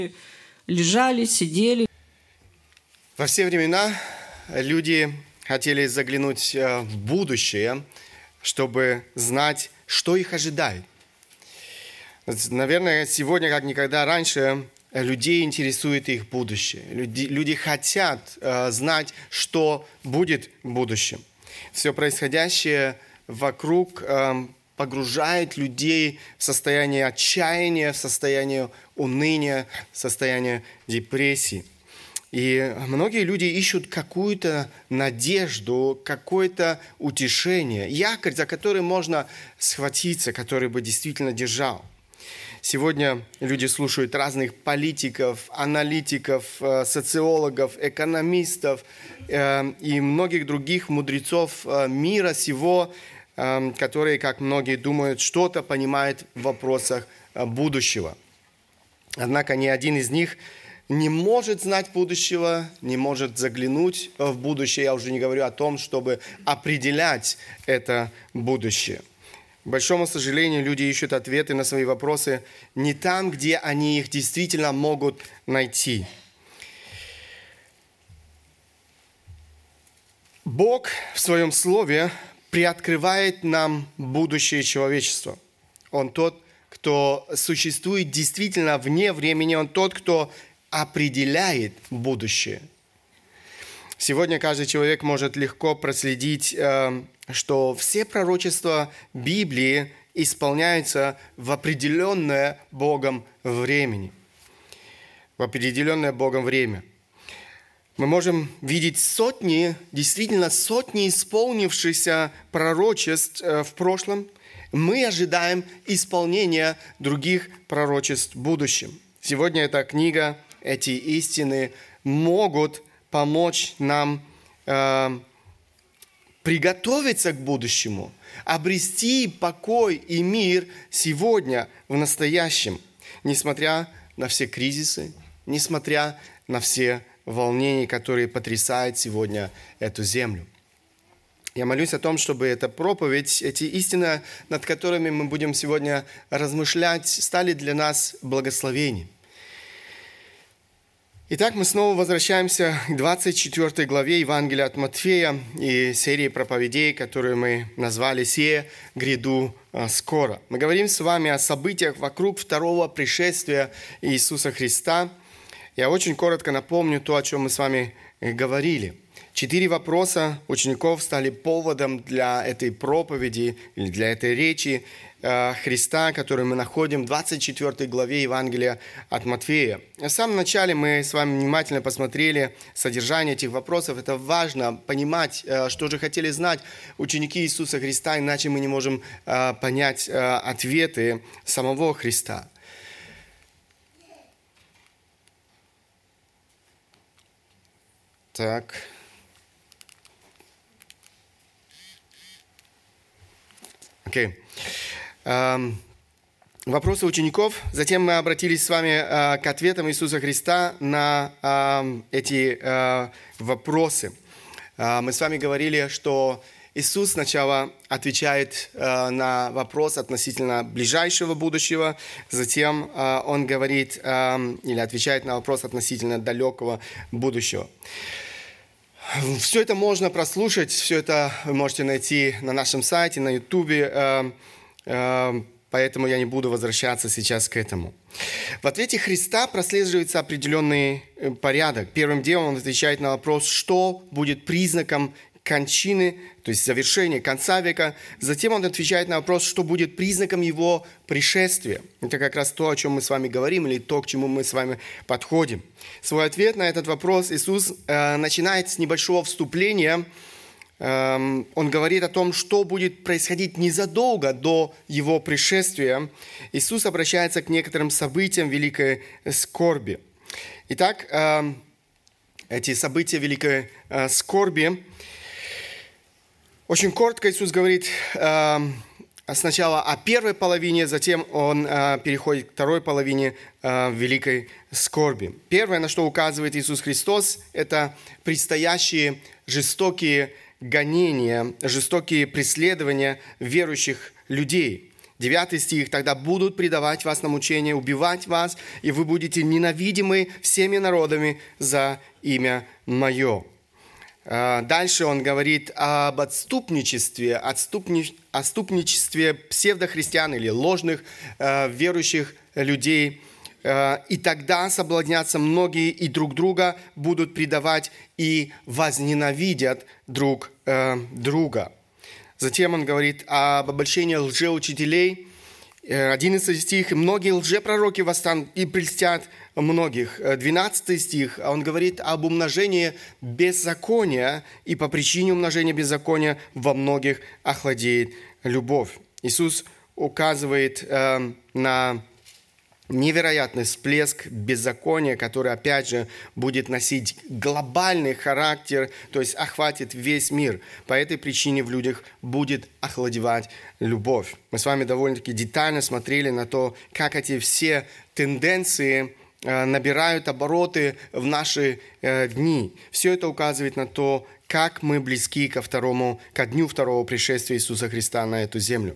лежали, сидели. Во все времена люди хотели заглянуть в будущее, чтобы знать, что их ожидает. Наверное, сегодня, как никогда раньше, людей интересует их будущее. Люди хотят знать, что будет в будущем. Все происходящее вокруг погружает людей в состояние отчаяния, в состояние уныния, в состояние депрессии. И многие люди ищут какую-то надежду, какое-то утешение, якорь, за который можно схватиться, который бы действительно держал. Сегодня люди слушают разных политиков, аналитиков, социологов, экономистов и многих других мудрецов мира сего, которые, как многие думают, что-то понимают в вопросах будущего. Однако ни один из них не может знать будущего, не может заглянуть в будущее. Я уже не говорю о том, чтобы определять это будущее. К большому сожалению, люди ищут ответы на свои вопросы не там, где они их действительно могут найти. Бог в Своем Слове приоткрывает нам будущее человечества. Он тот, кто существует действительно вне времени, Он тот, кто определяет будущее. Сегодня каждый человек может легко проследить, что все пророчества Библии исполняются в определенное Богом времени. В определенное Богом время. Мы можем видеть действительно сотни исполнившихся пророчеств в прошлом. Мы ожидаем исполнения других пророчеств в будущем. Сегодня эта книга, эти истины могут помочь нам приготовиться к будущему, обрести покой и мир сегодня, в настоящем, несмотря на все кризисы, несмотря на все волнения, которые потрясают сегодня эту землю. Я молюсь о том, чтобы эта проповедь, эти истины, над которыми мы будем сегодня размышлять, стали для нас благословением. Итак, мы снова возвращаемся к 24 главе Евангелия от Матфея и серии проповедей, которую мы назвали «Сие гряду скоро». Мы говорим с вами о событиях вокруг второго пришествия Иисуса Христа. Я очень коротко напомню то, о чем мы с вами говорили. 4 вопроса учеников стали поводом для этой проповеди или для этой речи Христа, которую мы находим в 24 главе Евангелия от Матфея. В самом начале мы с вами внимательно посмотрели содержание этих вопросов. Это важно понимать, что же хотели знать ученики Иисуса Христа, иначе мы не можем понять ответы самого Христа. Так. Окей. Вопросы учеников. Затем мы обратились с вами к ответам Иисуса Христа на эти вопросы. Мы с вами говорили, что Иисус сначала отвечает на вопрос относительно ближайшего будущего, затем Он говорит или отвечает на вопрос относительно далекого будущего. Все это можно прослушать, все это вы можете найти на нашем сайте, на Ютубе, поэтому я не буду возвращаться сейчас к этому. В ответе Христа прослеживается определенный порядок. Первым делом Он отвечает на вопрос, что будет признаком кончины, то есть завершения конца века. Затем Он отвечает на вопрос, что будет признаком Его пришествия. Это как раз то, о чем мы с вами говорим, или то, к чему мы с вами подходим. Свой ответ на этот вопрос Иисус начинает с небольшого вступления. Он говорит о том, что будет происходить незадолго до Его пришествия. Иисус обращается к некоторым событиям великой скорби. Итак, эти события великой скорби. Очень коротко Иисус говорит сначала о первой половине, затем Он переходит к второй половине великой скорби. Первое, на что указывает Иисус Христос, это предстоящие жестокие гонения, жестокие преследования верующих людей. 9 стих. «Тогда будут предавать вас на мучение, убивать вас, и вы будете ненавидимы всеми народами за имя Мое». Дальше он говорит об отступничестве псевдохристиан или ложных верующих людей. «И тогда соблазнятся многие, и друг друга будут предавать, и возненавидят друг друга». Затем он говорит об обольщении лжеучителей. 11 стих. «Многие лжепророки восстанут и прельстят многих». 12 стих. Он говорит об умножении беззакония, и по причине умножения беззакония во многих охладеет любовь. Иисус указывает на невероятный всплеск беззакония, который, опять же, будет носить глобальный характер, то есть охватит весь мир. По этой причине в людях будет охладевать любовь. Мы с вами довольно-таки детально смотрели на то, как эти все тенденции набирают обороты в наши дни. Все это указывает на то, как мы близки ко дню второго пришествия Иисуса Христа на эту землю.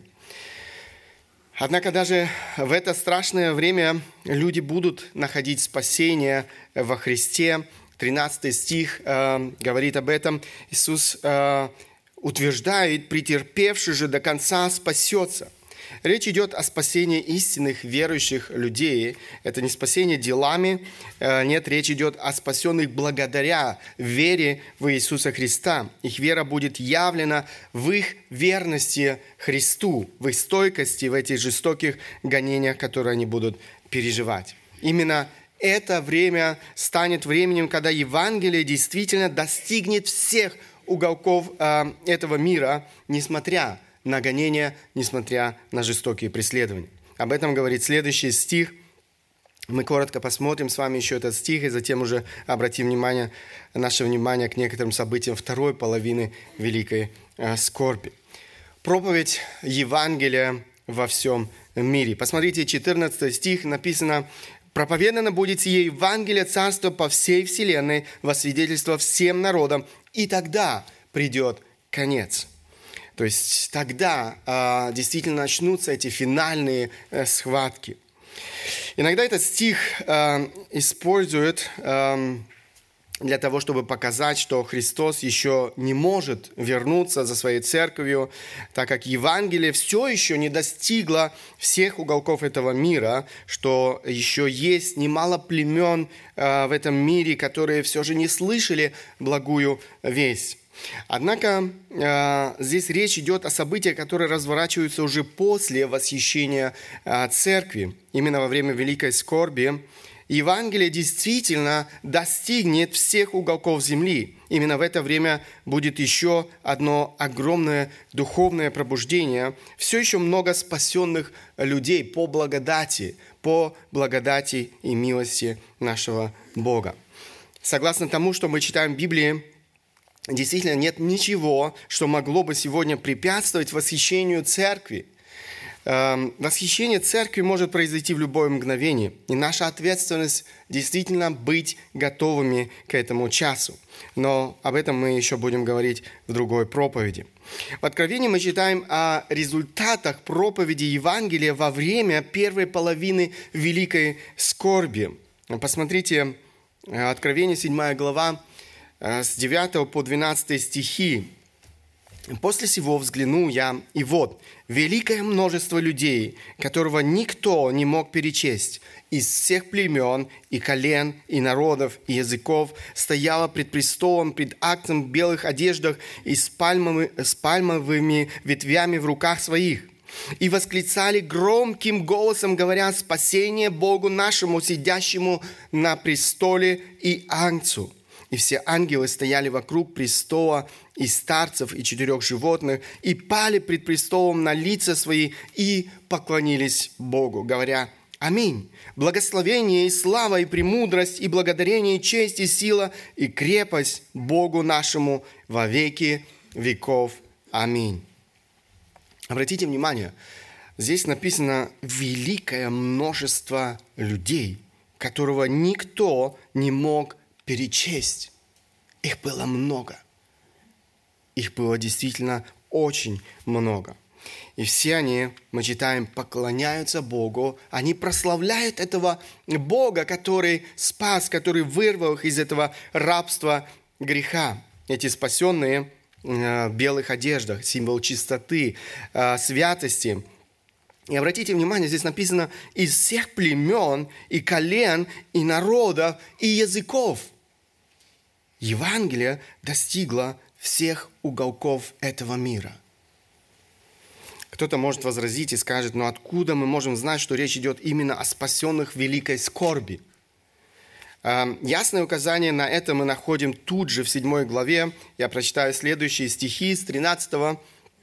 Однако даже в это страшное время люди будут находить спасение во Христе. 13 стих говорит об этом. Иисус утверждает: «Претерпевший же до конца спасется». Речь идет о спасении истинных верующих людей. Это не спасение делами. Нет, речь идет о спасенных благодаря вере в Иисуса Христа. Их вера будет явлена в их верности Христу, в их стойкости в этих жестоких гонениях, которые они будут переживать. Именно это время станет временем, когда Евангелие действительно достигнет всех уголков этого мира, несмотря на гонения, несмотря на жестокие преследования. Об этом говорит следующий стих. Мы коротко посмотрим с вами еще этот стих, и затем уже обратим наше внимание к некоторым событиям второй половины Великой Скорби. Проповедь Евангелия во всем мире. Посмотрите, 14 стих написано: «Проповедано будет сие Евангелие Царства по всей вселенной во свидетельство всем народам, и тогда придет конец». То есть тогда действительно начнутся эти финальные схватки. Иногда этот стих используют для того, чтобы показать, что Христос еще не может вернуться за своей церковью, так как Евангелие все еще не достигло всех уголков этого мира, что еще есть немало племен в этом мире, которые все же не слышали благую весть. Однако здесь речь идет о событиях, которые разворачиваются уже после восхищения церкви. Именно во время Великой Скорби Евангелие действительно достигнет всех уголков земли. Именно в это время будет еще одно огромное духовное пробуждение. Все еще много спасенных людей по благодати и милости нашего Бога. Согласно тому, что мы читаем в Библии, действительно нет ничего, что могло бы сегодня препятствовать восхищению церкви. Восхищение церкви может произойти в любое мгновение. И наша ответственность действительно быть готовыми к этому часу. Но об этом мы еще будем говорить в другой проповеди. В Откровении мы читаем о результатах проповеди Евангелия во время первой половины Великой Скорби. Посмотрите, Откровение 7 глава, с 9 по 12 стихи. «После сего взглянул я, и вот, великое множество людей, которого никто не мог перечесть, из всех племен, и колен, и народов, и языков, стояло пред престолом, пред актом в белых одеждах и с пальмовыми ветвями в руках своих. И восклицали громким голосом, говоря: спасение Богу нашему, сидящему на престоле и Агнцу. И все ангелы стояли вокруг престола, и старцев, и 4 животных, и пали пред престолом на лица свои, и поклонились Богу, говоря: Аминь. Благословение и слава, и премудрость, и благодарение, и честь, и сила, и крепость Богу нашему во веки веков. Аминь». Обратите внимание, здесь написано великое множество людей, которого никто не мог перечесть. Их было много. Их было действительно очень много. И все они, мы читаем, поклоняются Богу. Они прославляют этого Бога, который спас, который вырвал их из этого рабства греха. Эти спасенные в белых одеждах, символ чистоты, святости. И обратите внимание, здесь написано «из всех племен и колен, и народов, и языков». Евангелие достигло всех уголков этого мира. Кто-то может возразить и скажет, но откуда мы можем знать, что речь идет именно о спасенных в великой скорби? Ясное указание на это мы находим тут же в 7 главе. Я прочитаю следующие стихи с 13.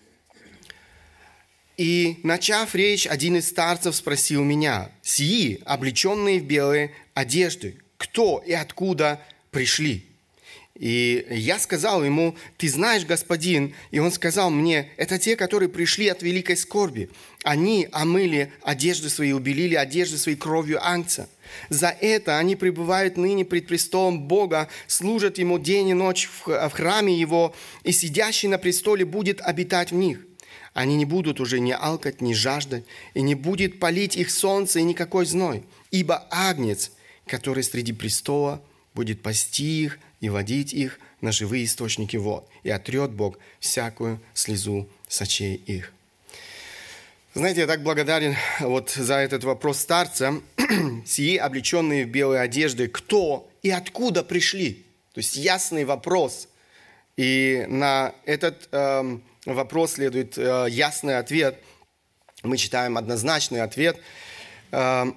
«И, начав речь, один из старцев спросил меня, сии, облеченные в белые одежды, кто и откуда пришли? И я сказал ему, ты знаешь, господин, и он сказал мне, это те, которые пришли от великой скорби. Они омыли одежды свои, убелили одежды свои кровью агнца. За это они пребывают ныне пред престолом Бога, служат Ему день и ночь в храме Его, и сидящий на престоле будет обитать в них. Они не будут уже ни алкать, ни жаждать, и не будет палить их солнце и никакой зной, ибо агнец, который среди престола, будет пасти их и водить их на живые источники вод, и отрет Бог всякую слезу с очей их». Знаете, я так благодарен за этот вопрос старца. «Сии, облеченные в белые одежды, кто и откуда пришли?» То есть ясный вопрос. И на этот вопрос следует ясный ответ. Мы читаем однозначный ответ. Это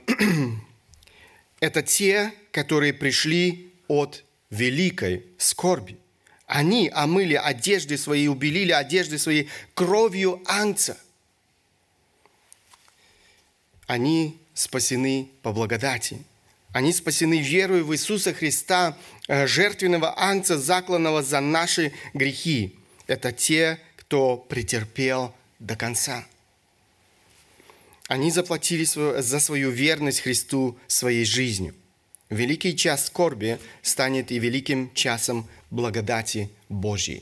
те, которые пришли от великой скорби. Они омыли одежды свои, убелили одежды свои кровью агнца. Они спасены по благодати. Они спасены верою в Иисуса Христа, жертвенного агнца, закланного за наши грехи. Это те, кто претерпел до конца. Они заплатили за свою верность Христу своей жизнью. Великий час скорби станет и великим часом благодати Божьей.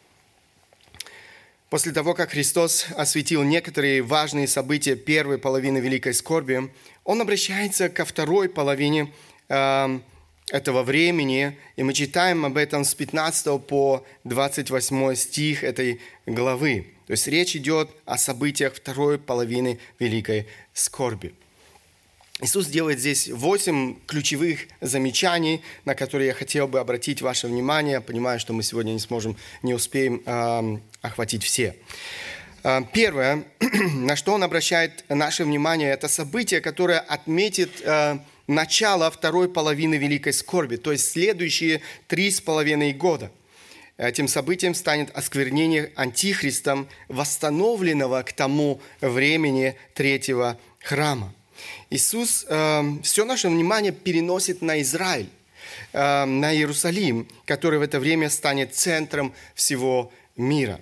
После того, как Христос осветил некоторые важные события первой половины великой скорби, Он обращается ко второй половине этого времени, и мы читаем об этом с 15 по 28 стих этой главы. То есть речь идет о событиях второй половины великой скорби. Иисус делает здесь 8 ключевых замечаний, на которые я хотел бы обратить ваше внимание. Понимаю, что мы сегодня не успеем охватить все. Первое, на что он обращает наше внимание, это событие, которое отметит начало второй половины великой скорби, то есть следующие 3,5 года. Этим событием станет осквернение антихристом восстановленного к тому времени третьего храма. Иисус все наше внимание переносит на Израиль, на Иерусалим, который в это время станет центром всего мира.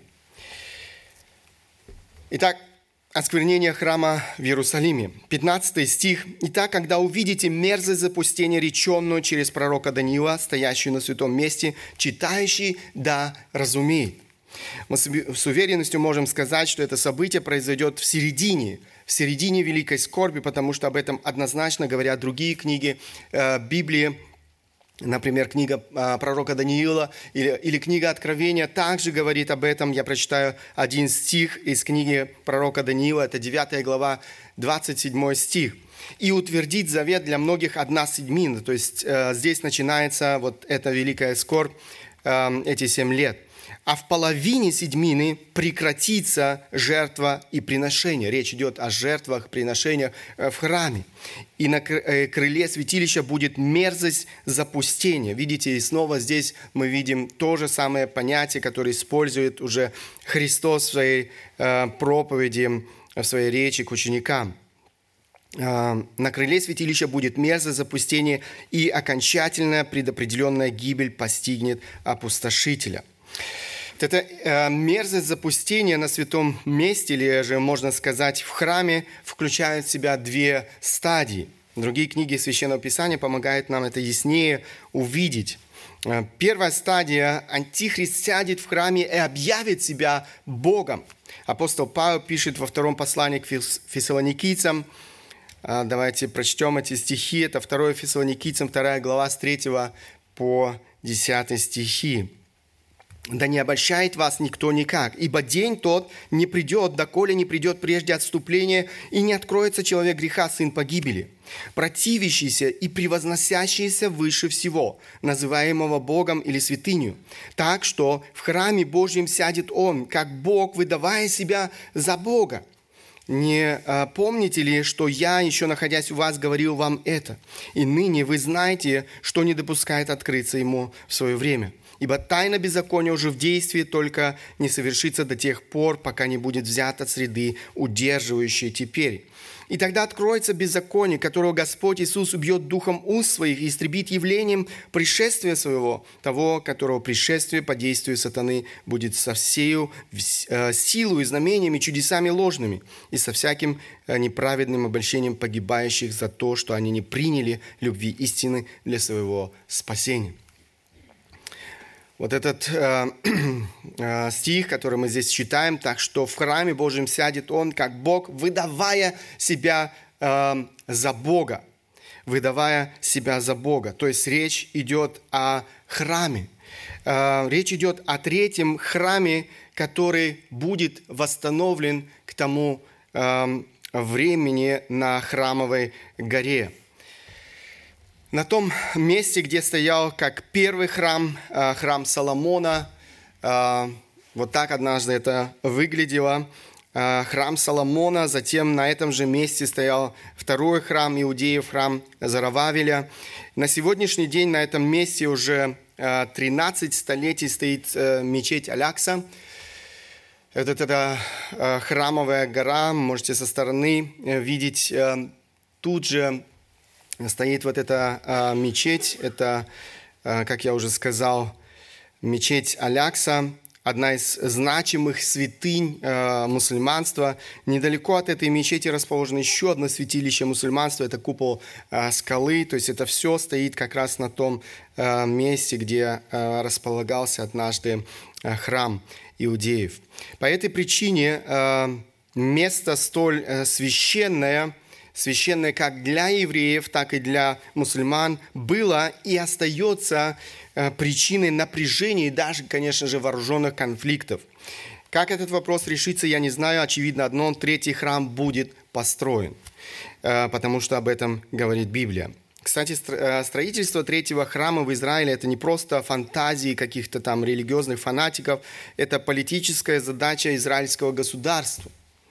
Итак, осквернение храма в Иерусалиме. 15 стих. «Итак, когда увидите мерзость запустения, реченную через пророка Даниила, стоящую на святом месте, читающий да разумеет». Мы с уверенностью можем сказать, что это событие произойдет в середине великой скорби, потому что об этом однозначно говорят другие книги Библии. Например, книга пророка Даниила или книга Откровения также говорит об этом. Я прочитаю один стих из книги пророка Даниила, это 9 глава, 27 стих. «И утвердить завет для многих 1/7». То есть здесь начинается вот эта великая скорбь, эти 7 лет. «А в половине седьмины прекратится жертва и приношение». Речь идет о жертвах, приношениях в храме. «И на крыле святилища будет мерзость запустения». Видите, и снова здесь мы видим то же самое понятие, которое использует уже Христос в своей проповеди, в своей речи к ученикам. «На крыле святилища будет мерзость запустения, и окончательная предопределенная гибель постигнет опустошителя». Эта мерзость запустения на святом месте, или же, можно сказать, в храме, включает в себя 2 стадии. Другие книги Священного Писания помогают нам это яснее увидеть. Первая стадия – Антихрист сядет в храме и объявит себя Богом. Апостол Павел пишет во втором послании к фессалоникийцам. Давайте прочтем эти стихи. Это 2 Фессалоникийцам, 2 глава, с 3 по 10 стихи. «Да не обольщает вас никто никак, ибо день тот не придет, доколе не придет прежде отступления, и не откроется человек греха, сын погибели, противящийся и превозносящийся выше всего, называемого Богом или святынью, так что в храме Божьем сядет он, как Бог, выдавая себя за Бога. Не помните ли, что я, еще находясь у вас, говорил вам это? И ныне вы знаете, что не допускает открыться ему в свое время. Ибо тайна беззакония уже в действии, только не совершится до тех пор, пока не будет взят от среды, удерживающей теперь. И тогда откроется беззаконие, которого Господь Иисус убьет духом уст своих и истребит явлением пришествия своего, того, которого пришествие по действию сатаны будет со всею силою и знамениями, чудесами ложными, и со всяким неправедным обольщением погибающих за то, что они не приняли любви истины для своего спасения». Вот этот стих, который мы здесь читаем, так что в храме Божьем сядет он, как Бог, выдавая себя за Бога. Выдавая себя за Бога. То есть речь идет о храме. Речь идет о третьем храме, который будет восстановлен к тому времени на Храмовой горе. На том месте, где стоял как первый храм, храм Соломона, вот так однажды это выглядело, храм Соломона, затем на этом же месте стоял второй храм Иудеев, храм Зоровавеля. На сегодняшний день на этом месте уже 13 столетий стоит мечеть Алякса. Это храмовая гора, можете со стороны видеть, тут же стоит вот эта мечеть, это, как я уже сказал, мечеть Алякса, одна из значимых святынь мусульманства. Недалеко от этой мечети расположено еще одно святилище мусульманства, это купол скалы, то есть это все стоит как раз на том месте, где располагался однажды храм иудеев. По этой причине место столь священное как для евреев, так и для мусульман, было и остается причиной напряжения и даже, конечно же, вооруженных конфликтов. Как этот вопрос решится, я не знаю. Очевидно одно, третий храм будет построен, потому что об этом говорит Библия. Кстати, строительство третьего храма в Израиле – это не просто фантазии каких-то там религиозных фанатиков, это политическая задача израильского государства.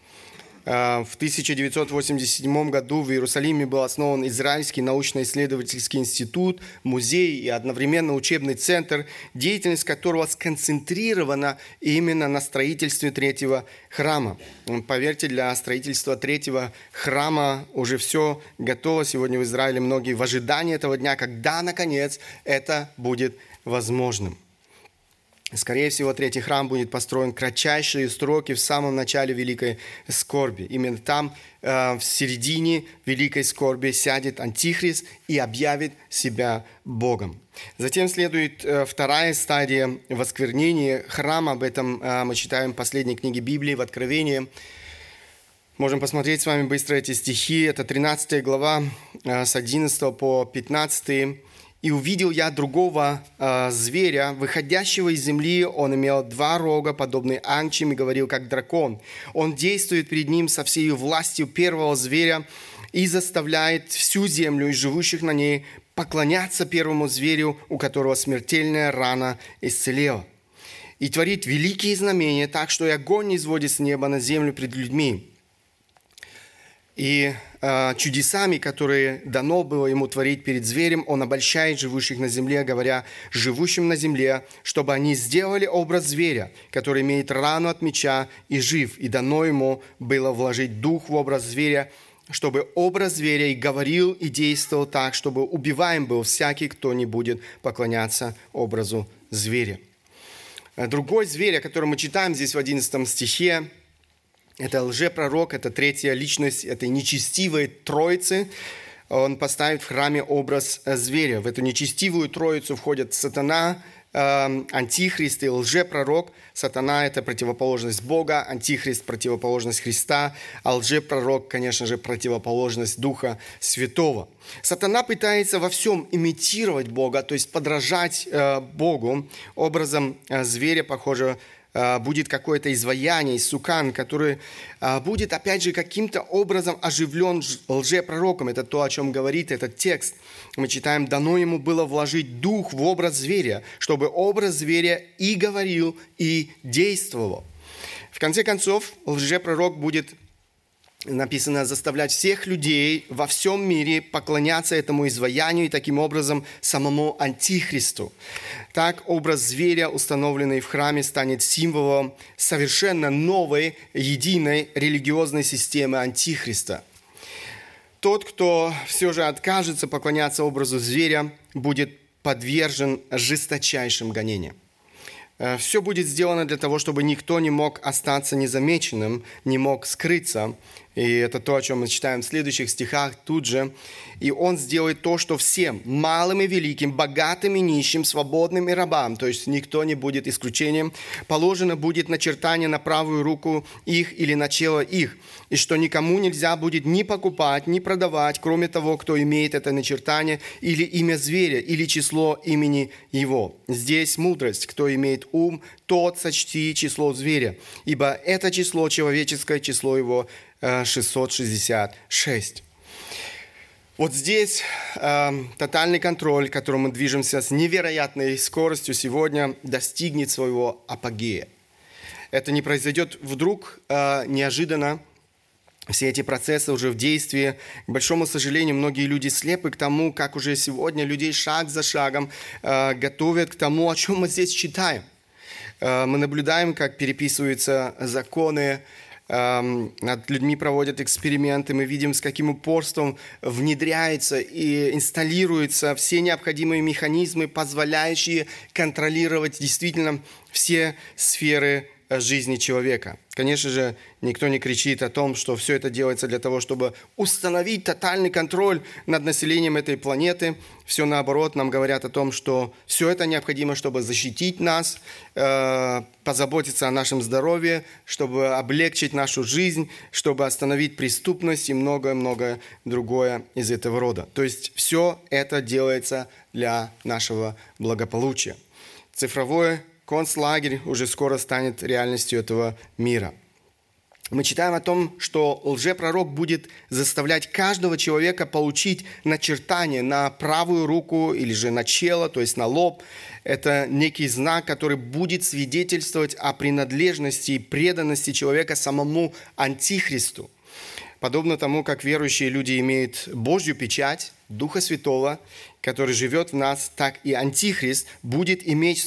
В 1987 году в Иерусалиме был основан Израильский научно-исследовательский институт, музей и одновременно учебный центр, деятельность которого сконцентрирована именно на строительстве третьего храма. Поверьте, для строительства третьего храма уже все готово. Сегодня в Израиле многие в ожидании этого дня, когда, наконец, это будет возможным. Скорее всего, третий храм будет построен в кратчайшие сроки в самом начале Великой Скорби. Именно там, в середине Великой Скорби, сядет Антихрист и объявит себя Богом. Затем следует вторая стадия восквернения храма. Об этом мы читаем в последней книге Библии, в Откровении. Можем посмотреть с вами быстро эти стихи. Это 13 глава, с 11 по 15. «И увидел я другого зверя, выходящего из земли. Он имел 2 рога, подобные ангчим, и говорил, как дракон. Он действует перед ним со всей властью первого зверя и заставляет всю землю и живущих на ней поклоняться первому зверю, у которого смертельная рана исцелела. И творит великие знамения, так что и огонь не сводит с неба на землю пред людьми. И чудесами, которые дано было ему творить перед зверем, он обольщает живущих на земле, говоря живущим на земле, чтобы они сделали образ зверя, который имеет рану от меча и жив. И дано ему было вложить дух в образ зверя, чтобы образ зверя и говорил, и действовал так, чтобы убиваем был всякий, кто не будет поклоняться образу зверя». Другой зверь, о котором мы читаем здесь в 11 стихе, это лжепророк, это третья личность этой нечестивой троицы. он поставит в храме образ зверя. В эту нечестивую троицу входят сатана, антихрист и лжепророк. Сатана – это противоположность Бога, антихрист – противоположность Христа, а лжепророк, конечно же, противоположность Духа Святого. Сатана пытается во всем имитировать Бога, то есть подражать Богу. Образом зверя, похоже, будет какое-то изваяние, сукан, который будет, опять же, каким-то образом оживлен лжепророком. Это то, о чем говорит этот текст. Мы читаем: «Дано ему было вложить дух в образ зверя, чтобы образ зверя и говорил, и действовал». В конце концов, лжепророк будет, написано, заставлять всех людей во всем мире поклоняться этому изваянию и таким образом самому антихристу. Так образ зверя, установленный в храме, станет символом совершенно новой, единой религиозной системы антихриста. Тот, кто все же откажется поклоняться образу зверя, будет подвержен жесточайшим гонениям. Все будет сделано для того, чтобы никто не мог остаться незамеченным, не мог скрыться. И это то, о чем мы читаем в следующих стихах тут же. «И он сделает то, что всем, малым и великим, богатым и нищим, свободным и рабам», то есть никто не будет исключением, «положено будет начертание на правую руку их или на чело их, и что никому нельзя будет ни покупать, ни продавать, кроме того, кто имеет это начертание, или имя зверя, или число имени его. Здесь мудрость, кто имеет ум, тот сочти число зверя, ибо это число человеческое, число его 666. Вот здесь тотальный контроль, к которому мы движемся с невероятной скоростью сегодня, достигнет своего апогея. Это не произойдет вдруг, неожиданно. Все эти процессы уже в действии. К большому сожалению, многие люди слепы к тому, как уже сегодня людей шаг за шагом готовят к тому, о чем мы здесь читаем. Мы наблюдаем, как переписываются законы, над людьми проводят эксперименты, мы видим, с каким упорством внедряются и инсталируются все необходимые механизмы, позволяющие контролировать действительно все сферы жизни человека. Конечно же, никто не кричит о том, что все это делается для того, чтобы установить тотальный контроль над населением этой планеты. Все наоборот, нам говорят о том, что все это необходимо, чтобы защитить нас, позаботиться о нашем здоровье, чтобы облегчить нашу жизнь, чтобы остановить преступность и многое-многое другое из этого рода. То есть все это делается для нашего благополучия. Цифровой концлагерь уже скоро станет реальностью этого мира. Мы читаем о том, что лжепророк будет заставлять каждого человека получить начертание на правую руку или же на чело, то есть на лоб. Это некий знак, который будет свидетельствовать о принадлежности и преданности человека самому антихристу. Подобно тому, как верующие люди имеют Божью печать, Духа Святого, который живет в нас, так и антихрист будет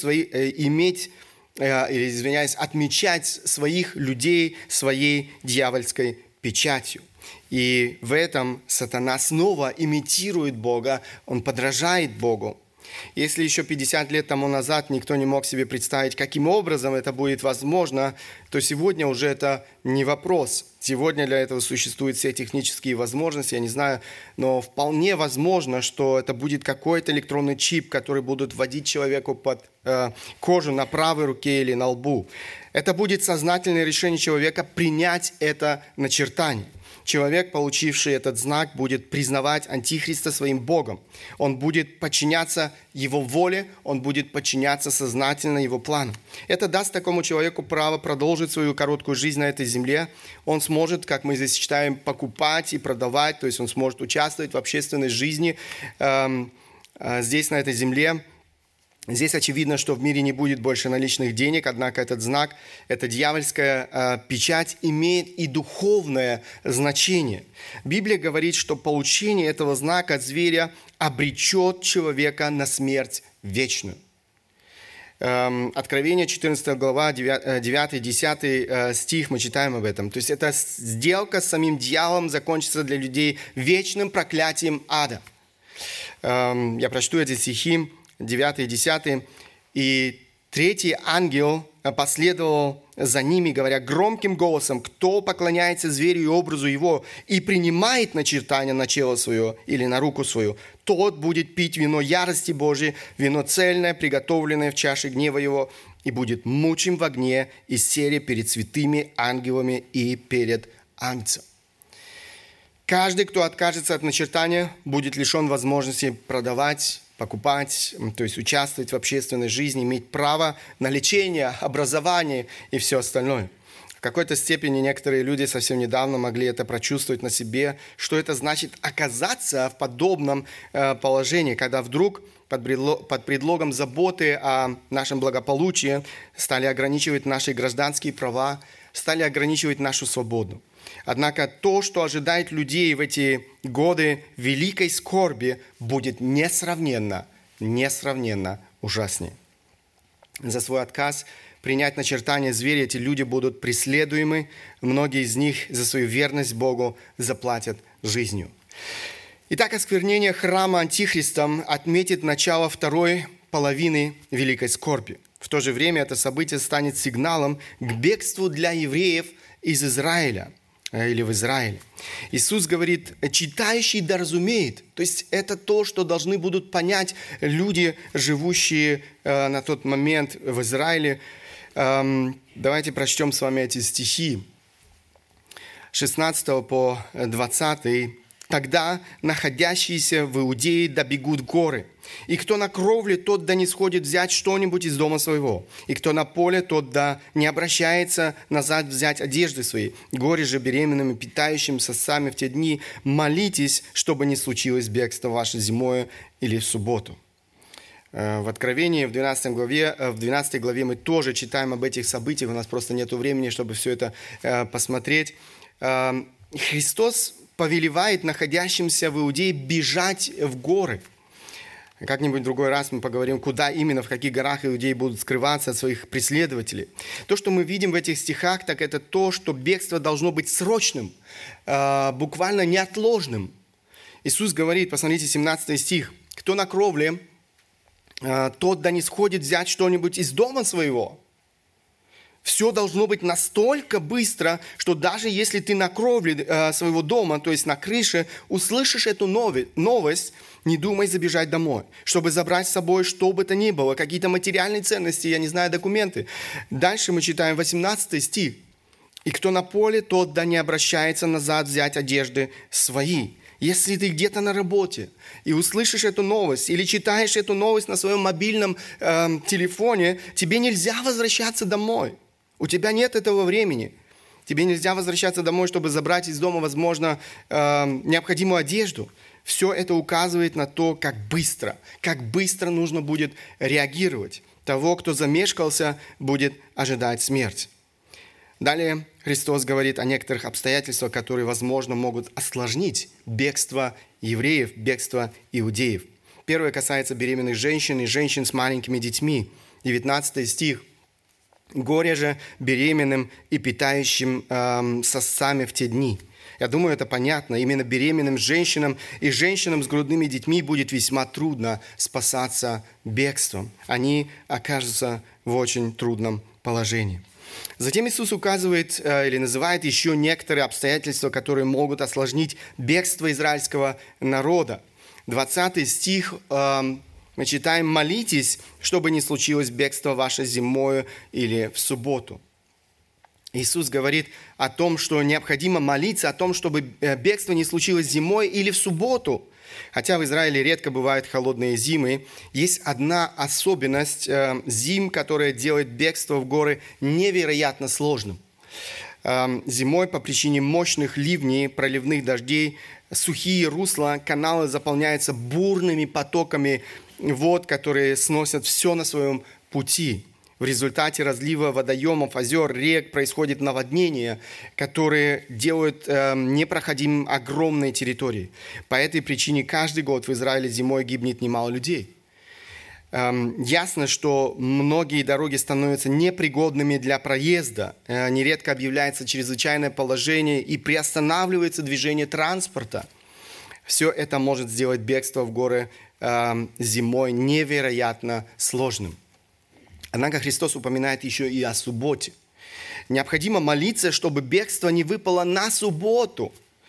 отмечать своих людей своей дьявольской печатью. И в этом сатана снова имитирует Бога, он подражает Богу. Если еще 50 лет тому назад никто не мог себе представить, каким образом это будет возможно, то сегодня уже это не вопрос. Сегодня для этого существуют все технические возможности, я не знаю, но вполне возможно, что это будет какой-то электронный чип, который будут вводить человеку под кожу на правой руке или на лбу. Это будет сознательное решение человека принять это начертание. Человек, получивший этот знак, будет признавать антихриста своим Богом. Он будет подчиняться его воле, он будет подчиняться сознательно его плану. Это даст такому человеку право продолжить свою короткую жизнь на этой земле. Он сможет, как мы здесь читаем, покупать и продавать, то есть он сможет участвовать в общественной жизни здесь, на этой земле. Здесь очевидно, что в мире не будет больше наличных денег, однако этот знак, эта дьявольская печать имеет и духовное значение. Библия говорит, что получение этого знака от зверя обречет человека на смерть вечную. Откровение, 14 глава, 9-10 стих, мы читаем об этом. То есть эта сделка с самим дьяволом закончится для людей вечным проклятием ада. Я прочту эти стихи. 9 и 10. «И третий ангел последовал за ними, говоря громким голосом: кто поклоняется зверю и образу его и принимает начертание на чело свое или на руку свою, тот будет пить вино ярости Божией, вино цельное, приготовленное в чаше гнева его, и будет мучим в огне и сере перед святыми ангелами и перед Агнцем. Каждый, кто откажется от начертания, будет лишен возможности продавать, покупать, то есть участвовать в общественной жизни, иметь право на лечение, образование и все остальное. В какой-то степени некоторые люди совсем недавно могли это прочувствовать на себе, что это значит оказаться в подобном положении, когда вдруг под предлогом заботы о нашем благополучии стали ограничивать наши гражданские права, стали ограничивать нашу свободу. Однако то, что ожидает людей в эти годы великой скорби, будет несравненно ужаснее. За свой отказ принять начертание зверя эти люди будут преследуемы. Многие из них за свою верность Богу заплатят жизнью. Итак, осквернение храма Антихристом отметит начало второй половины великой скорби. В то же время это событие станет сигналом к бегству для евреев из Израиля или в Израиле. Иисус говорит: читающий да разумеет. То есть это то, что должны будут понять люди, живущие на тот момент в Израиле. Давайте прочтем с вами эти стихи 16 по 20. «Тогда находящиеся в Иудее добегут горы, и кто на кровле, тот да не сходит взять что-нибудь из дома своего, и кто на поле, тот да не обращается назад взять одежды свои. Горе же беременным и питающим сосами в те дни, молитесь, чтобы не случилось бегство ваше зимою или в субботу». В Откровении, в 12 главе мы тоже читаем об этих событиях, у нас просто нет времени, чтобы все это посмотреть. Христос повелевает находящимся в Иудее бежать в горы. Как-нибудь в другой раз мы поговорим, куда именно, в каких горах иудеи будут скрываться от своих преследователей. То, что мы видим в этих стихах, так это то, что бегство должно быть срочным, буквально неотложным. Иисус говорит, посмотрите, 17 стих: «Кто на кровле, тот да не сходит взять что-нибудь из дома своего». Все должно быть настолько быстро, что даже если ты на кровле своего дома, то есть на крыше, услышишь эту новость, не думай забежать домой, чтобы забрать с собой что бы то ни было, какие-то материальные ценности, я не знаю, документы. Дальше мы читаем 18 стих. «И кто на поле, тот да не обращается назад взять одежды свои». Если ты где-то на работе и услышишь эту новость или читаешь эту новость на своем мобильном телефоне, тебе нельзя возвращаться домой. У тебя нет этого времени. Тебе нельзя возвращаться домой, чтобы забрать из дома, возможно, необходимую одежду. Все это указывает на то, как быстро нужно будет реагировать. Того, кто замешкался, будет ожидать смерть. Далее Христос говорит о некоторых обстоятельствах, которые, возможно, могут осложнить бегство евреев, бегство иудеев. Первое касается беременных женщин и женщин с маленькими детьми. 19 стих. «Горе же беременным и питающим сосами в те дни». Я думаю, это понятно. Именно беременным женщинам и женщинам с грудными детьми будет весьма трудно спасаться бегством. Они окажутся в очень трудном положении. Затем Иисус указывает или называет еще некоторые обстоятельства, которые могут осложнить бегство израильского народа. 20 стих мы читаем: «Молитесь, чтобы не случилось бегство ваше зимою или в субботу». Иисус говорит о том, что необходимо молиться о том, чтобы бегство не случилось зимой или в субботу. Хотя в Израиле редко бывают холодные зимы, есть одна особенность зим, которая делает бегство в горы невероятно сложным. Зимой по причине мощных ливней, проливных дождей, сухие русла, каналы заполняются бурными потоками вод, которые сносят все на своем пути. В результате разлива водоемов, озер, рек происходит наводнение, которые делают непроходимым огромные территории. По этой причине каждый год в Израиле зимой гибнет немало людей. Ясно, что многие дороги становятся непригодными для проезда. Нередко объявляется чрезвычайное положение и приостанавливается движение транспорта. Все это может сделать бегство в горы зимой невероятно сложным. Однако Христос упоминает еще и о субботе. Необходимо молиться, чтобы бегство не выпало на субботу.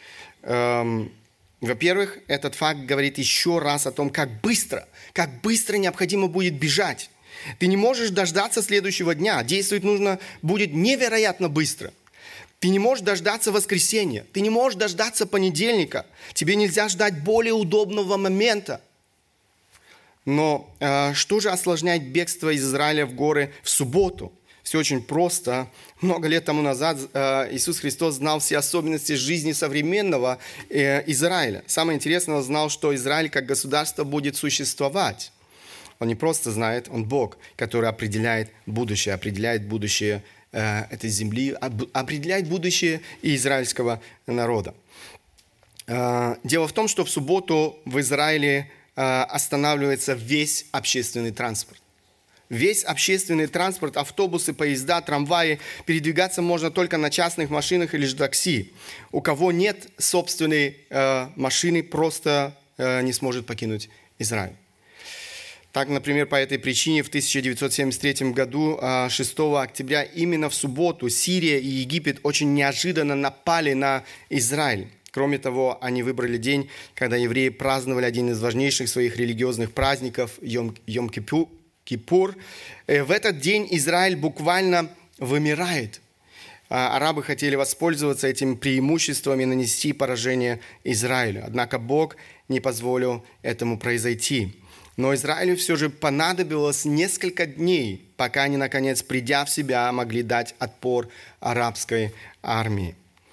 Во-первых, этот факт говорит еще раз о том, как быстро необходимо будет бежать. Ты не можешь дождаться следующего дня. Действовать нужно будет невероятно быстро. Ты не можешь дождаться воскресенья. Ты не можешь дождаться понедельника. Тебе нельзя ждать более удобного момента. Но что же осложняет бегство из Израиля в горы в субботу? Все очень просто. Много лет тому назад Иисус Христос знал все особенности жизни современного Израиля. Самое интересное, он знал, что Израиль как государство будет существовать. Он не просто знает, он Бог, который определяет будущее этой земли, определяет будущее израильского народа. Дело в том, что в субботу в Израиле останавливается весь общественный транспорт. Весь общественный транспорт, автобусы, поезда, трамваи, передвигаться можно только на частных машинах или же такси. У кого нет собственной машины, просто не сможет покинуть Израиль. Так, например, по этой причине в 1973 году, 6 октября, именно в субботу Сирия и Египет очень неожиданно напали на Израиль. Кроме того, они выбрали день, когда евреи праздновали один из важнейших своих религиозных праздников – Йом-Кипур. В этот день Израиль буквально вымирает. Арабы хотели воспользоваться этим преимуществом и нанести поражение Израилю. Однако Бог не позволил этому произойти. Но Израилю все же понадобилось несколько дней, пока они, наконец, придя в себя, могли дать отпор арабской армии.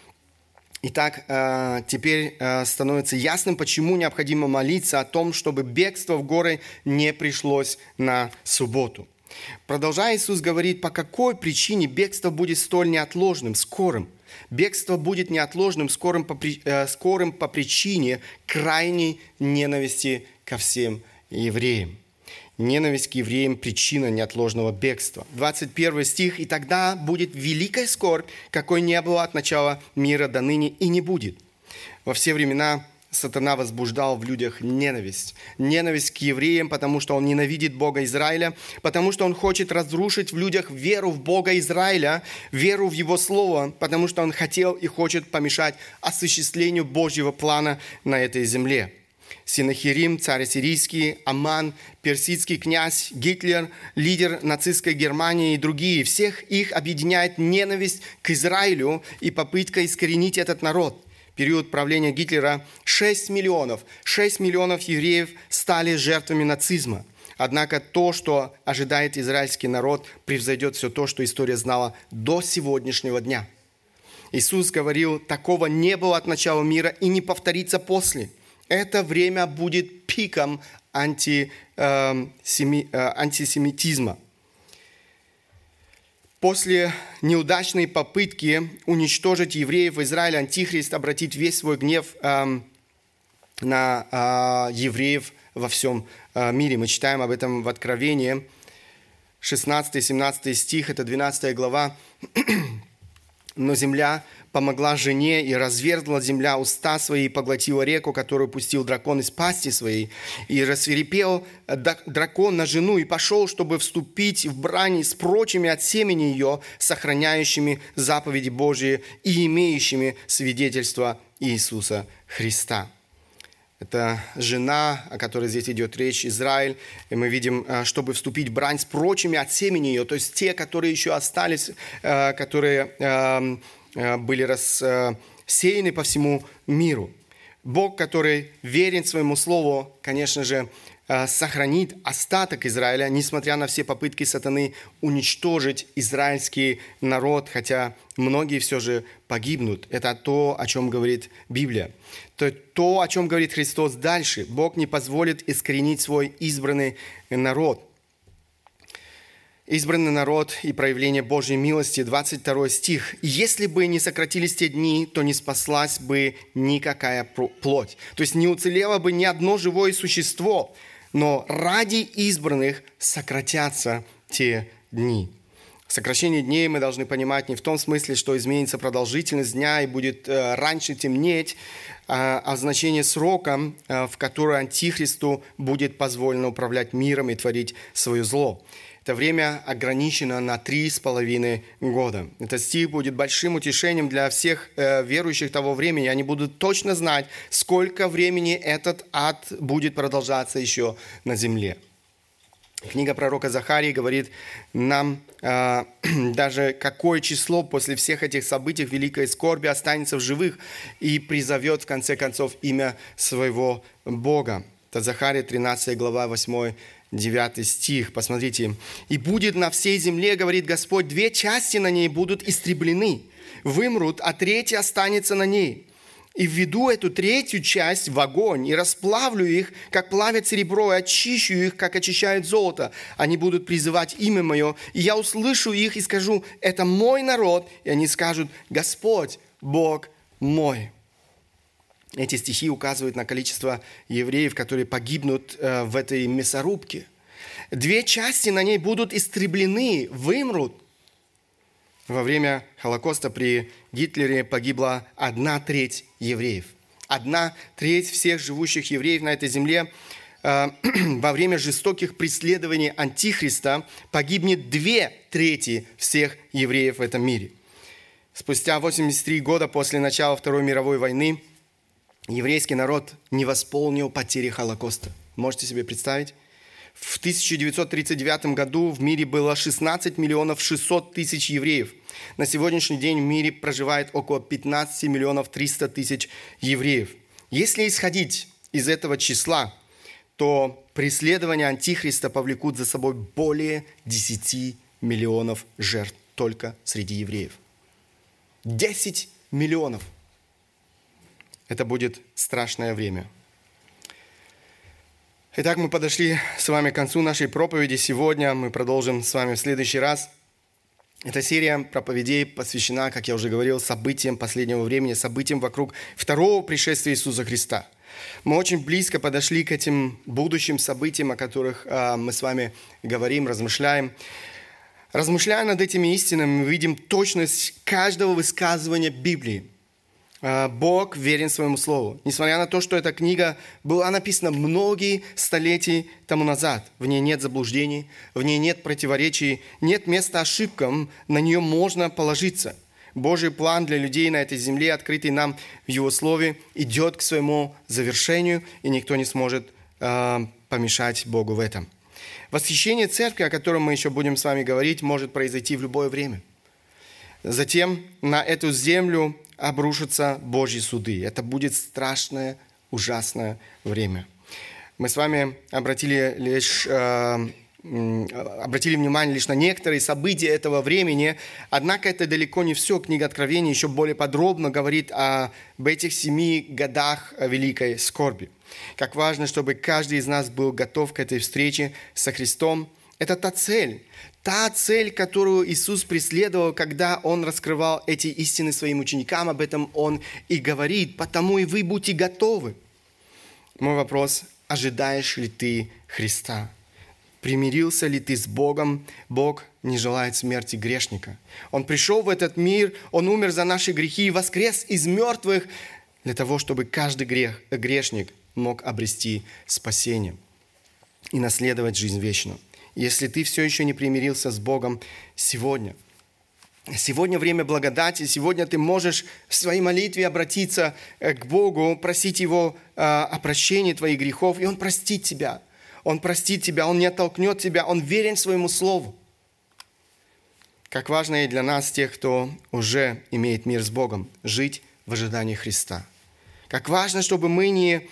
Итак, теперь становится ясным, почему необходимо молиться о том, чтобы бегство в горы не пришлось на субботу. Продолжая, Иисус говорит, по какой причине бегство будет столь неотложным, скорым. Бегство будет неотложным, скорым по причине крайней ненависти ко всем евреям. Ненависть к евреям – причина неотложного бегства. 21 стих. «И тогда будет великая скорбь, какой не было от начала мира до ныне и не будет». Во все времена сатана возбуждал в людях ненависть. Ненависть к евреям, потому что он ненавидит Бога Израиля, потому что он хочет разрушить в людях веру в Бога Израиля, веру в Его Слово, потому что он хотел и хочет помешать осуществлению Божьего плана на этой земле. Синахирим, царь сирийский, Аман, персидский князь, Гитлер, лидер нацистской Германии и другие. Всех их объединяет ненависть к Израилю и попытка искоренить этот народ. В период правления Гитлера 6 миллионов евреев стали жертвами нацизма. Однако то, что ожидает израильский народ, превзойдет все то, что история знала до сегодняшнего дня. Иисус говорил, такого не было от начала мира и не повторится после. Это время будет пиком антисемитизма. После неудачной попытки уничтожить евреев в Израиле, Антихрист обратит весь свой гнев на евреев во всем мире. Мы читаем об этом в Откровении, 16-17 стих, это 12 глава. «Но земля помогла жене, и разверзла земля уста свои, и поглотила реку, которую пустил дракон из пасти своей. И рассвирепел дракон на жену, и пошел, чтобы вступить в брань с прочими от семени ее, сохраняющими заповеди Божьи и имеющими свидетельство Иисуса Христа». Это жена, о которой здесь идет речь, Израиль. И мы видим, чтобы вступить в брань с прочими от семени ее, то есть те, которые еще остались, которые были рассеяны по всему миру. Бог, который верен своему слову, конечно же, сохранит остаток Израиля, несмотря на все попытки сатаны уничтожить израильский народ, хотя многие все же погибнут. Это то, о чем говорит Библия. То, о чем говорит Христос дальше. Бог не позволит искоренить свой избранный народ. Избранный народ и проявление Божьей милости, 22 стих. «Если бы не сократились те дни, то не спаслась бы никакая плоть». То есть не уцелело бы ни одно живое существо, но ради избранных сократятся те дни. Сокращение дней мы должны понимать не в том смысле, что изменится продолжительность дня и будет раньше темнеть, а в значении срока, в который Антихристу будет позволено управлять миром и творить свое зло. Это время ограничено на 3,5 года. Этот стих будет большим утешением для всех верующих того времени. Они будут точно знать, сколько времени этот ад будет продолжаться еще на земле. Книга пророка Захарии говорит нам даже, какое число после всех этих событий великой скорби останется в живых и призовет в конце концов имя своего Бога. Это Захария 13 глава 8-9 стих. Посмотрите. «И будет на всей земле, говорит Господь, 2 части на ней будут истреблены, вымрут, а 3 останется на ней. И введу эту 3 часть в огонь, и расплавлю их, как плавят серебро, и очищу их, как очищают золото. Они будут призывать имя Мое, и я услышу их и скажу, это мой народ, и они скажут, Господь, Бог мой». Эти стихи указывают на количество евреев, которые погибнут в этой мясорубке. 2 части на ней будут истреблены, вымрут. Во время Холокоста при Гитлере погибла 1/3 евреев. 1/3 всех живущих евреев на этой земле во время жестоких преследований Антихриста погибнет 2/3 всех евреев в этом мире. Спустя 83 года после начала Второй мировой войны еврейский народ не восполнил потери Холокоста. Можете себе представить? В 1939 году в мире было 16 миллионов 600 тысяч евреев. На сегодняшний день в мире проживает около 15 миллионов 300 тысяч евреев. Если исходить из этого числа, то преследования Антихриста повлекут за собой более 10 миллионов жертв только среди евреев. 10 миллионов. Это будет страшное время. Итак, мы подошли с вами к концу нашей проповеди. Сегодня мы продолжим с вами в следующий раз. Эта серия проповедей посвящена, как я уже говорил, событиям последнего времени, событиям вокруг второго пришествия Иисуса Христа. Мы очень близко подошли к этим будущим событиям, о которых мы с вами говорим, размышляем. Размышляя над этими истинами, мы видим точность каждого высказывания Библии. Бог верен своему слову. Несмотря на то, что эта книга была написана многие столетия тому назад, в ней нет заблуждений, в ней нет противоречий, нет места ошибкам, на нее можно положиться. Божий план для людей на этой земле, открытый нам в Его Слове, идет к своему завершению, и никто не сможет помешать Богу в этом. Восхищение церкви, о котором мы еще будем с вами говорить, может произойти в любое время. Затем на эту землю обрушатся Божьи суды. Это будет страшное, ужасное время. Мы с вами обратили внимание лишь на некоторые события этого времени, однако это далеко не все. Книга Откровения еще более подробно говорит об этих 7 годах великой скорби. Как важно, чтобы каждый из нас был готов к этой встрече со Христом. Это та цель, которую Иисус преследовал, когда Он раскрывал эти истины своим ученикам. Об этом Он и говорит. Потому и вы будьте готовы. Мой вопрос: ожидаешь ли ты Христа? Примирился ли ты с Богом? Бог не желает смерти грешника. Он пришел в этот мир, Он умер за наши грехи и воскрес из мертвых для того, чтобы каждый грешник мог обрести спасение и наследовать жизнь вечную. Если ты все еще не примирился с Богом, сегодня время благодати, сегодня ты можешь в своей молитве обратиться к Богу, просить Его о прощении твоих грехов, и Он простит тебя. Он простит тебя, Он не оттолкнет тебя, Он верен своему Слову. Как важно и для нас, тех, кто уже имеет мир с Богом, жить в ожидании Христа. Как важно, чтобы мы не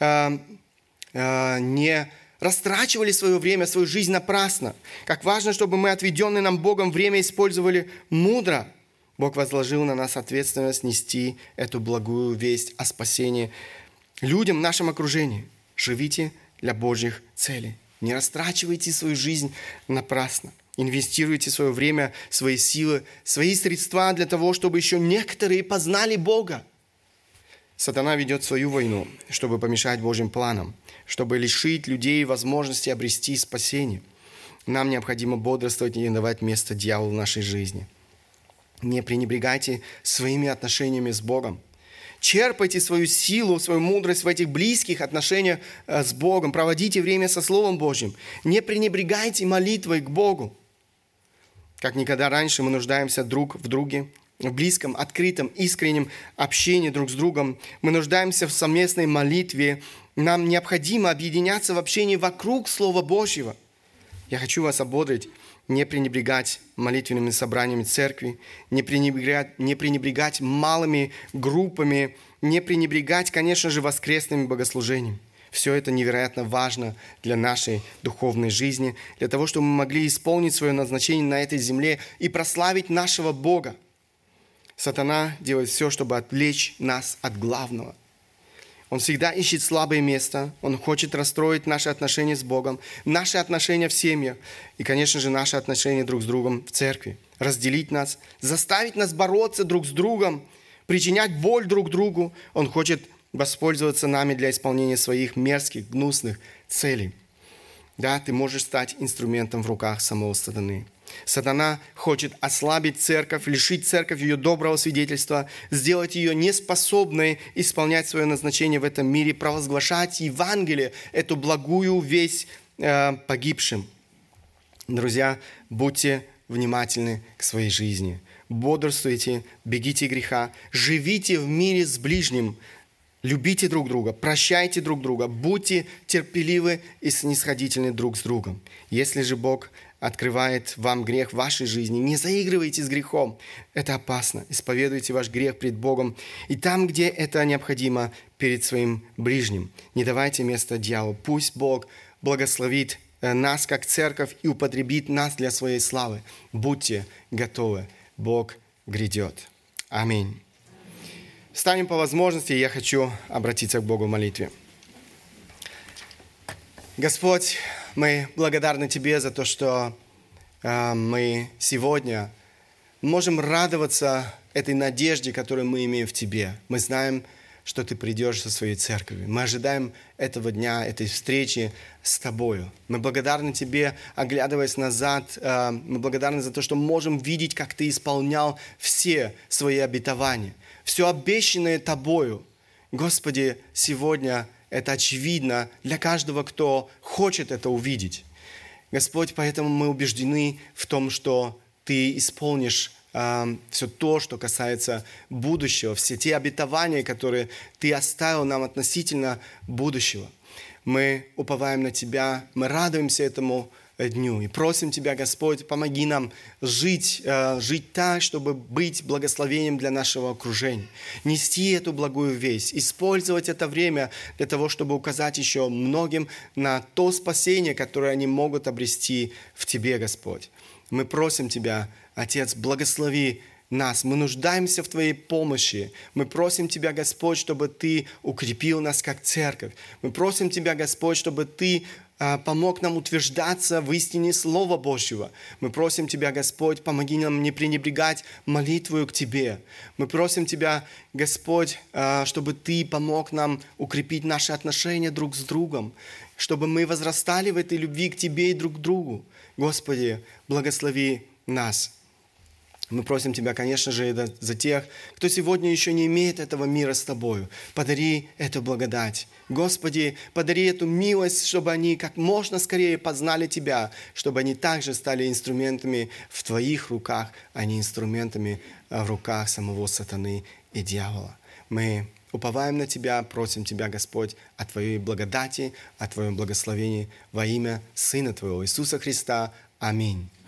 растрачивали свое время, свою жизнь напрасно. Как важно, чтобы мы, отведенное нам Богом время, использовали мудро. Бог возложил на нас ответственность нести эту благую весть о спасении людям в нашем окружении. Живите для Божьих целей. Не растрачивайте свою жизнь напрасно. Инвестируйте свое время, свои силы, свои средства для того, чтобы еще некоторые познали Бога. Сатана ведет свою войну, чтобы помешать Божьим планам, чтобы лишить людей возможности обрести спасение. Нам необходимо бодрствовать и не давать место дьяволу в нашей жизни. Не пренебрегайте своими отношениями с Богом. Черпайте свою силу, свою мудрость в этих близких отношениях с Богом. Проводите время со Словом Божьим. Не пренебрегайте молитвой к Богу. Как никогда раньше мы нуждаемся друг в друге, в близком, открытом, искреннем общении друг с другом. Мы нуждаемся в совместной молитве. Нам необходимо объединяться в общении вокруг Слова Божьего. Я хочу вас ободрить, не пренебрегать молитвенными собраниями церкви, не пренебрегать малыми группами, не пренебрегать, конечно же, воскресными богослужениями. Все это невероятно важно для нашей духовной жизни, для того, чтобы мы могли исполнить свое назначение на этой земле и прославить нашего Бога. Сатана делает все, чтобы отвлечь нас от главного. Он всегда ищет слабое место, он хочет расстроить наши отношения с Богом, наши отношения в семьях и, конечно же, наши отношения друг с другом в церкви. Разделить нас, заставить нас бороться друг с другом, причинять боль друг другу. Он хочет воспользоваться нами для исполнения своих мерзких, гнусных целей. Да, ты можешь стать инструментом в руках самого сатаны. Сатана хочет ослабить церковь, лишить церковь ее доброго свидетельства, сделать ее неспособной исполнять свое назначение в этом мире, провозглашать Евангелие, эту благую весть погибшим. Друзья, будьте внимательны к своей жизни. Бодрствуйте, бегите греха, живите в мире с ближним, любите друг друга, прощайте друг друга, будьте терпеливы и снисходительны друг с другом. Если же Бог открывает вам грех в вашей жизни, не заигрывайте с грехом. Это опасно. Исповедуйте ваш грех пред Богом. И там, где это необходимо, перед своим ближним. Не давайте место дьяволу. Пусть Бог благословит нас, как церковь, и употребит нас для своей славы. Будьте готовы. Бог грядет. Аминь. Встанем по возможности, и я хочу обратиться к Богу в молитве. Господь, мы благодарны Тебе за то, что мы сегодня можем радоваться этой надежде, которую мы имеем в Тебе. Мы знаем, что Ты придешь со своей церковью. Мы ожидаем этого дня, этой встречи с Тобою. Мы благодарны Тебе, оглядываясь назад. Мы благодарны за то, что можем видеть, как Ты исполнял все свои обетования. Все обещанное Тобою. Господи, сегодня это очевидно для каждого, кто хочет это увидеть. Господь, поэтому мы убеждены в том, что Ты исполнишь все то, что касается будущего, все те обетования, которые Ты оставил нам относительно будущего. Мы уповаем на Тебя, мы радуемся этому дню и просим Тебя, Господь, помоги нам жить так, чтобы быть благословением для нашего окружения, нести эту благую весть, использовать это время для того, чтобы указать еще многим на то спасение, которое они могут обрести в Тебе, Господь. Мы просим Тебя, Отец, благослови нас. Мы нуждаемся в Твоей помощи. Мы просим Тебя, Господь, чтобы Ты укрепил нас как церковь. Мы просим Тебя, Господь, чтобы Ты помог нам утверждаться в истине Слова Божьего. Мы просим Тебя, Господь, помоги нам не пренебрегать молитвою к Тебе. Мы просим Тебя, Господь, чтобы Ты помог нам укрепить наши отношения друг с другом, чтобы мы возрастали в этой любви к Тебе и друг к другу. Господи, благослови нас. Мы просим Тебя, конечно же, за тех, кто сегодня еще не имеет этого мира с Тобою. Подари эту благодать. Господи, подари эту милость, чтобы они как можно скорее познали Тебя, чтобы они также стали инструментами в Твоих руках, а не инструментами в руках самого сатаны и дьявола. Мы уповаем на Тебя, просим Тебя, Господь, о Твоей благодати, о Твоем благословении во имя Сына Твоего Иисуса Христа. Аминь.